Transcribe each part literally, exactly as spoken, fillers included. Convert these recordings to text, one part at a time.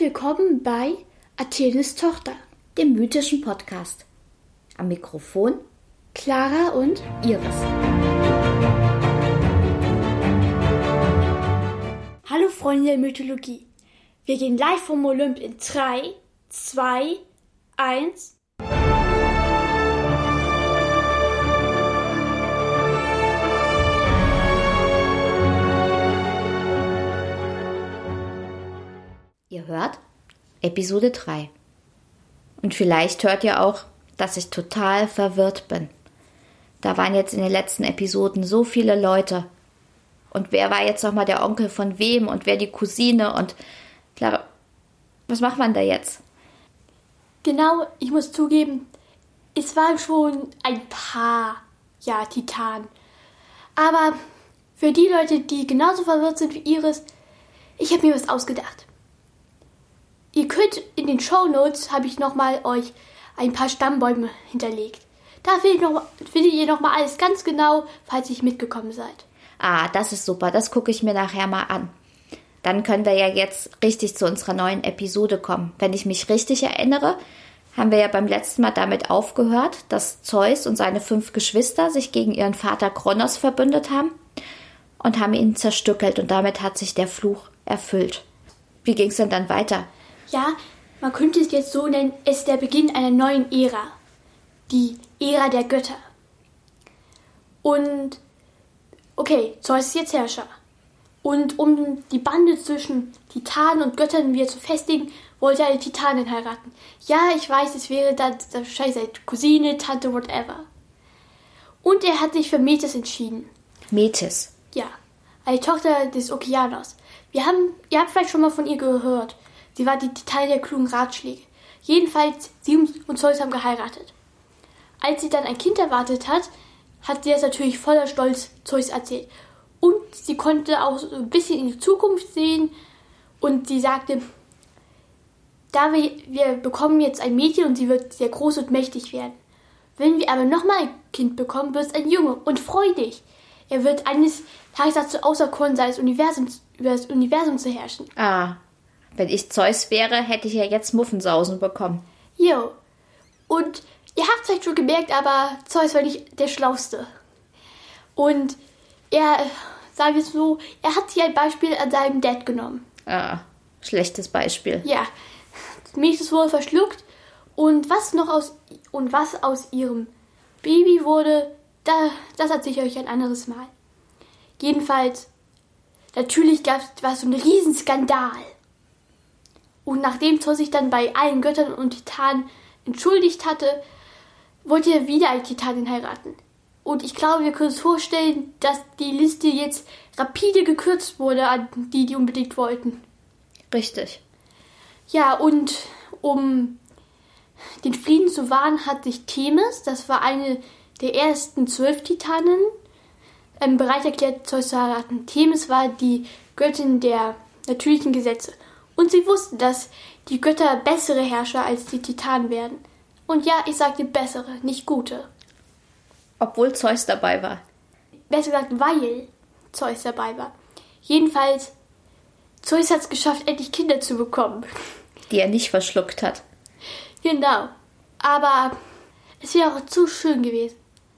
willkommen bei Athenes Tochter, dem mythischen Podcast. Am Mikrofon Clara und Iris. Hallo Freunde der Mythologie. Wir gehen live vom Olymp in drei, zwei, eins. Ihr hört Episode drei. Und vielleicht hört ihr auch, dass ich total verwirrt bin. Da waren jetzt in den letzten Episoden so viele Leute. Und wer war jetzt nochmal der Onkel von wem und wer die Cousine und Clara, was macht man da jetzt? Genau, ich muss zugeben, es waren schon ein paar, ja, Titanen. Aber für die Leute, die genauso verwirrt sind wie Iris, ich habe mir was ausgedacht. Ihr könnt in den Shownotes, habe ich nochmal euch ein paar Stammbäume hinterlegt. Da findet, noch, findet ihr nochmal alles ganz genau, falls ihr mitgekommen seid. Ah, das ist super, das gucke ich mir nachher mal an. Dann können wir ja jetzt richtig zu unserer neuen Episode kommen. Wenn ich mich richtig erinnere, haben wir ja beim letzten Mal damit aufgehört, dass Zeus und seine fünf Geschwister sich gegen ihren Vater Kronos verbündet haben und haben ihn zerstückelt und damit hat sich der Fluch erfüllt. Wie ging es denn dann weiter? Ja, man könnte es jetzt so nennen, es ist der Beginn einer neuen Ära. Die Ära der Götter. Und, okay, Zeus ist jetzt Herrscher. Und um die Bande zwischen Titanen und Göttern wieder zu festigen, wollte er eine Titanin heiraten. Ja, ich weiß, es wäre dann wahrscheinlich seine Cousine, Tante, whatever. Und er hat sich für Metis entschieden. Metis? Ja, eine Tochter des Okeanos. Wir haben, ihr habt vielleicht schon mal von ihr gehört. Sie war die Titanin der klugen Ratschläge. Jedenfalls, sie und Zeus haben geheiratet. Als sie dann ein Kind erwartet hat, hat sie das natürlich voller Stolz Zeus erzählt. Und sie konnte auch so ein bisschen in die Zukunft sehen. Und sie sagte, da wir, wir bekommen jetzt ein Mädchen und sie wird sehr groß und mächtig werden. Wenn wir aber nochmal ein Kind bekommen, wird es ein Junge und freu dich. Er wird eines Tages dazu auserkoren sein, das Universum, über das Universum zu herrschen. Ah, wenn ich Zeus wäre, hätte ich ja jetzt Muffensausen bekommen. Jo. Und ihr habt es vielleicht schon gemerkt, aber Zeus war nicht der Schlauste. Und er, sagen wir es so, er hat sich ein Beispiel an seinem Dad genommen. Ah, schlechtes Beispiel. Ja. Metis wurde verschluckt und was noch aus und was aus ihrem Baby wurde, da, das erzähle ich euch ein anderes Mal. Jedenfalls, natürlich gab es so einen riesen Skandal. Und nachdem Zeus sich dann bei allen Göttern und Titanen entschuldigt hatte, wollte er wieder eine Titanin heiraten. Und ich glaube, wir können uns vorstellen, dass die Liste jetzt rapide gekürzt wurde an die, die unbedingt wollten. Richtig. Ja, und um den Frieden zu wahren, hat sich Themis, das war eine der ersten zwölf Titanen, ähm, bereit erklärt, Zeus zu heiraten. Themis war die Göttin der natürlichen Gesetze. Und sie wusste, dass die Götter bessere Herrscher als die Titanen werden. Und ja, ich sagte bessere, nicht gute. Obwohl Zeus dabei war. Besser gesagt, weil Zeus dabei war. Jedenfalls, Zeus hat es geschafft, endlich Kinder zu bekommen. Die er nicht verschluckt hat. Genau. Aber es wäre auch zu schön gewesen.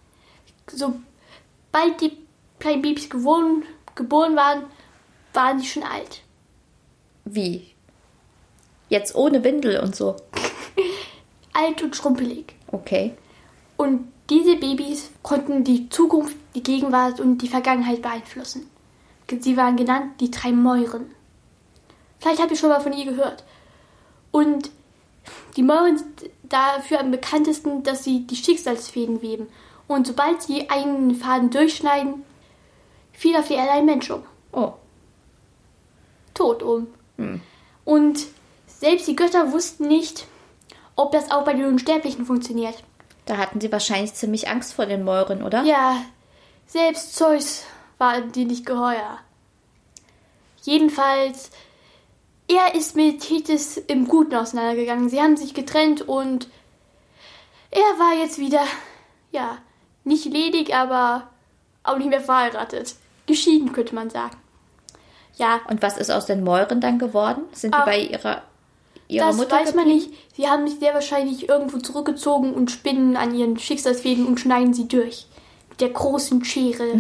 Sobald die kleinen Babys geboren, geboren waren, waren sie schon alt. Wie? Jetzt ohne Windel und so? Alt und schrumpelig. Okay. Und diese Babys konnten die Zukunft, die Gegenwart und die Vergangenheit beeinflussen. Sie waren genannt die drei Mäuren. Vielleicht habt ihr schon mal von ihr gehört. Und die Mäuren sind dafür am bekanntesten, dass sie die Schicksalsfäden weben. Und sobald sie einen Faden durchschneiden, fiel auf die Erde ein Mensch um. Oh. Tot um. Hm. Und selbst die Götter wussten nicht, ob das auch bei den Unsterblichen funktioniert. Da hatten sie wahrscheinlich ziemlich Angst vor den Mäuren, oder? Ja, selbst Zeus war die nicht geheuer. Jedenfalls, er ist mit Thetis im Guten auseinandergegangen. Sie haben sich getrennt und er war jetzt wieder, ja, nicht ledig, aber auch nicht mehr verheiratet. Geschieden, könnte man sagen. Ja. Und was ist aus den Mäuren dann geworden? Sind die Ach, bei ihrer... ihrer das Mutter weiß man geblieben? nicht. Sie haben sich sehr wahrscheinlich irgendwo zurückgezogen und spinnen an ihren Schicksalsfäden und schneiden sie durch. Mit der großen Schere.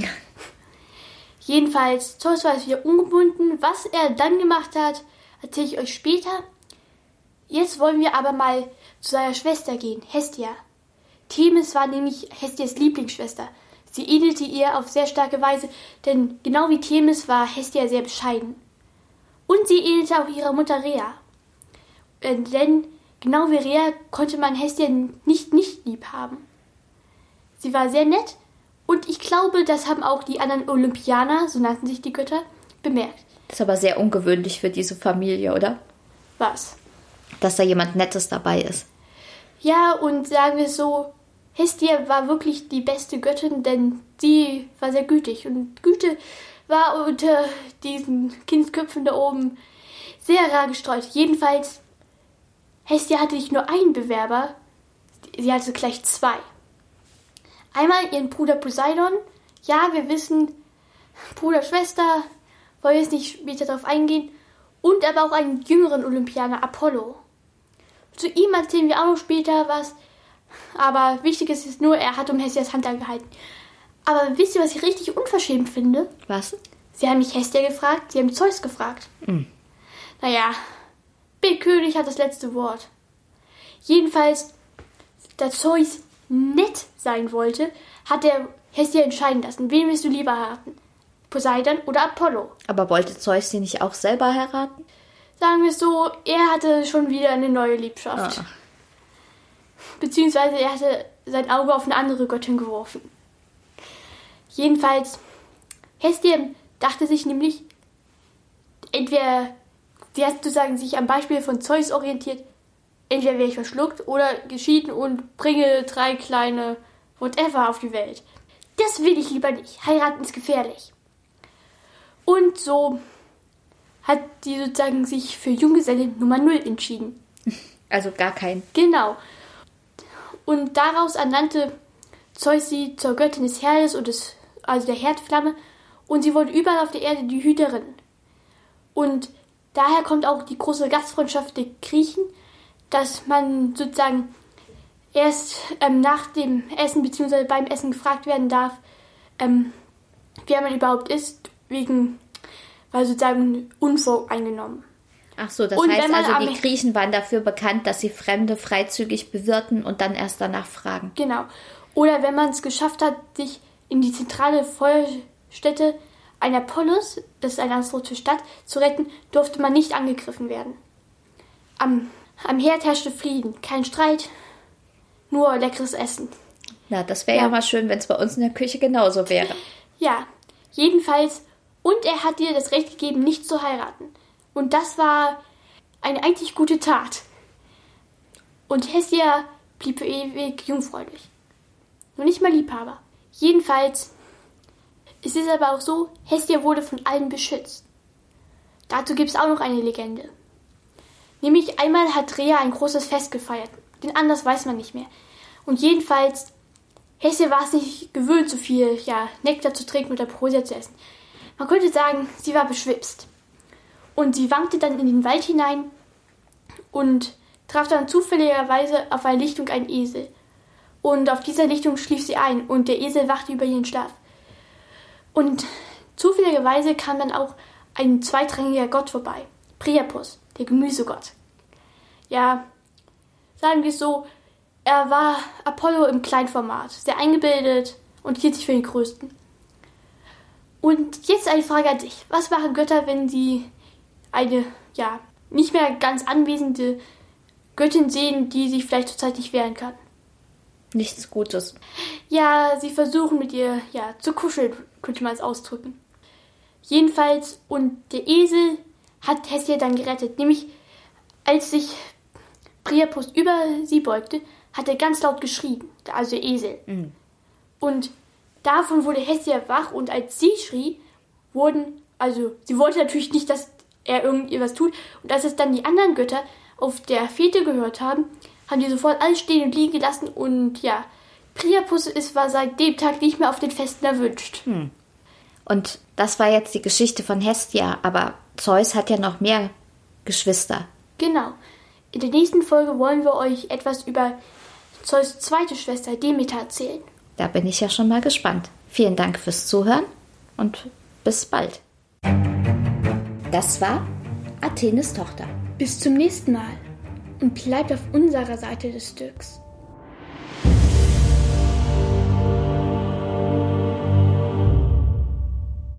Jedenfalls, Zeus war jetzt wieder ungebunden. Was er dann gemacht hat, erzähle ich euch später. Jetzt wollen wir aber mal zu seiner Schwester gehen, Hestia. Themis war nämlich Hestias Lieblingsschwester. Sie ähnelte ihr auf sehr starke Weise, denn genau wie Themis war Hestia sehr bescheiden. Und sie ähnelte auch ihrer Mutter Rhea. Äh, denn genau wie Rhea konnte man Hestia nicht nicht lieb haben. Sie war sehr nett und ich glaube, das haben auch die anderen Olympianer, so nannten sich die Götter, bemerkt. Das ist aber sehr ungewöhnlich für diese Familie, oder? Was? Dass da jemand Nettes dabei ist. Ja, und sagen wir es so, Hestia war wirklich die beste Göttin, denn sie war sehr gütig. Und Güte war unter diesen Kindsköpfen da oben sehr rar gestreut. Jedenfalls, Hestia hatte nicht nur einen Bewerber, sie hatte gleich zwei. Einmal ihren Bruder Poseidon. Ja, wir wissen, Bruder, Schwester, wollen jetzt nicht später darauf eingehen. Und aber auch einen jüngeren Olympianer, Apollo. Zu ihm erzählen wir auch noch später was. Aber wichtig ist es nur, er hat um Hestias Hand angehalten. Aber wisst ihr, was ich richtig unverschämt finde? Was? Sie haben nicht Hestia gefragt, sie haben Zeus gefragt. Mhm. Naja, Big König hat das letzte Wort. Jedenfalls, da Zeus nett sein wollte, hat er Hestia entscheiden lassen. Wen willst du lieber heiraten? Poseidon oder Apollo? Aber wollte Zeus sie nicht auch selber heiraten? Sagen wir es so, er hatte schon wieder eine neue Liebschaft. Ah. Beziehungsweise er hatte sein Auge auf eine andere Göttin geworfen. Jedenfalls, Hestia dachte sich nämlich, entweder, sie hat sozusagen sich am Beispiel von Zeus orientiert, entweder werde ich verschluckt oder geschieden und bringe drei kleine whatever auf die Welt. Das will ich lieber nicht. Heiraten ist gefährlich. Und so hat sie sozusagen sich für Junggeselle Nummer null entschieden. Also gar kein. Genau. Und daraus ernannte Zeus sie zur Göttin des Herdes und des, also der Herdflamme. Und sie wurde überall auf der Erde die Hüterin. Und daher kommt auch die große Gastfreundschaft der Griechen, dass man sozusagen erst ähm, nach dem Essen bzw. beim Essen gefragt werden darf, ähm, wer man überhaupt ist, wegen, weil sozusagen unvoreingenommen. Ach so, das Und heißt wenn man also, die am- Griechen waren dafür bekannt, dass sie Fremde freizügig bewirten und dann erst danach fragen. Genau. Oder wenn man es geschafft hat, sich in die zentrale Feuerstätte einer Polis, das ist eine astronomische Stadt, zu retten, durfte man nicht angegriffen werden. Am, am Herd herrschte Frieden, kein Streit, nur leckeres Essen. Na, das wäre ja. Ja. mal schön, wenn es bei uns in der Küche genauso wäre. Ja, jedenfalls. Und er hat ihr das Recht gegeben, nicht zu heiraten. Und das war eine eigentlich gute Tat. Und Hestia blieb für ewig jungfräulich. Nur nicht mal Liebhaber. Jedenfalls ist es aber auch so, Hestia wurde von allen beschützt. Dazu gibt es auch noch eine Legende. Nämlich einmal hat Rhea ein großes Fest gefeiert. Den anders weiß man nicht mehr. Und jedenfalls, Hestia war es nicht gewöhnt, so viel ja, Nektar zu trinken oder Ambrosia zu essen. Man könnte sagen, sie war beschwipst. Und sie wankte dann in den Wald hinein und traf dann zufälligerweise auf eine Lichtung einen Esel. Und auf dieser Lichtung schlief sie ein und der Esel wachte über ihren Schlaf. Und zufälligerweise kam dann auch ein zweitrangiger Gott vorbei, Priapus, der Gemüsegott. Ja, sagen wir es so, er war Apollo im Kleinformat, sehr eingebildet und hielt sich für den Größten. Und jetzt eine Frage an dich. Was machen Götter, wenn sie eine, ja, nicht mehr ganz anwesende Göttin sehen, die sich vielleicht zurzeit nicht wehren kann? Nichts Gutes. Ja, sie versuchen mit ihr, ja, zu kuscheln, könnte man es ausdrücken. Jedenfalls, und der Esel hat Hestia dann gerettet. Nämlich, als sich Priapus über sie beugte, hat er ganz laut geschrien, also der Esel. Mhm. Und davon wurde Hestia wach und als sie schrie, wurden, also sie wollte natürlich nicht, dass er irgendwas tut. Und als es dann die anderen Götter auf der Fete gehört haben, haben die sofort alles stehen und liegen gelassen. Und ja, Priapus ist war seit dem Tag nicht mehr auf den Festen erwünscht. Hm. Und das war jetzt die Geschichte von Hestia, aber Zeus hat ja noch mehr Geschwister. Genau. In der nächsten Folge wollen wir euch etwas über Zeus' zweite Schwester Demeter erzählen. Da bin ich ja schon mal gespannt. Vielen Dank fürs Zuhören und bis bald. Das war Athenes Tochter. Bis zum nächsten Mal und bleibt auf unserer Seite des Stücks.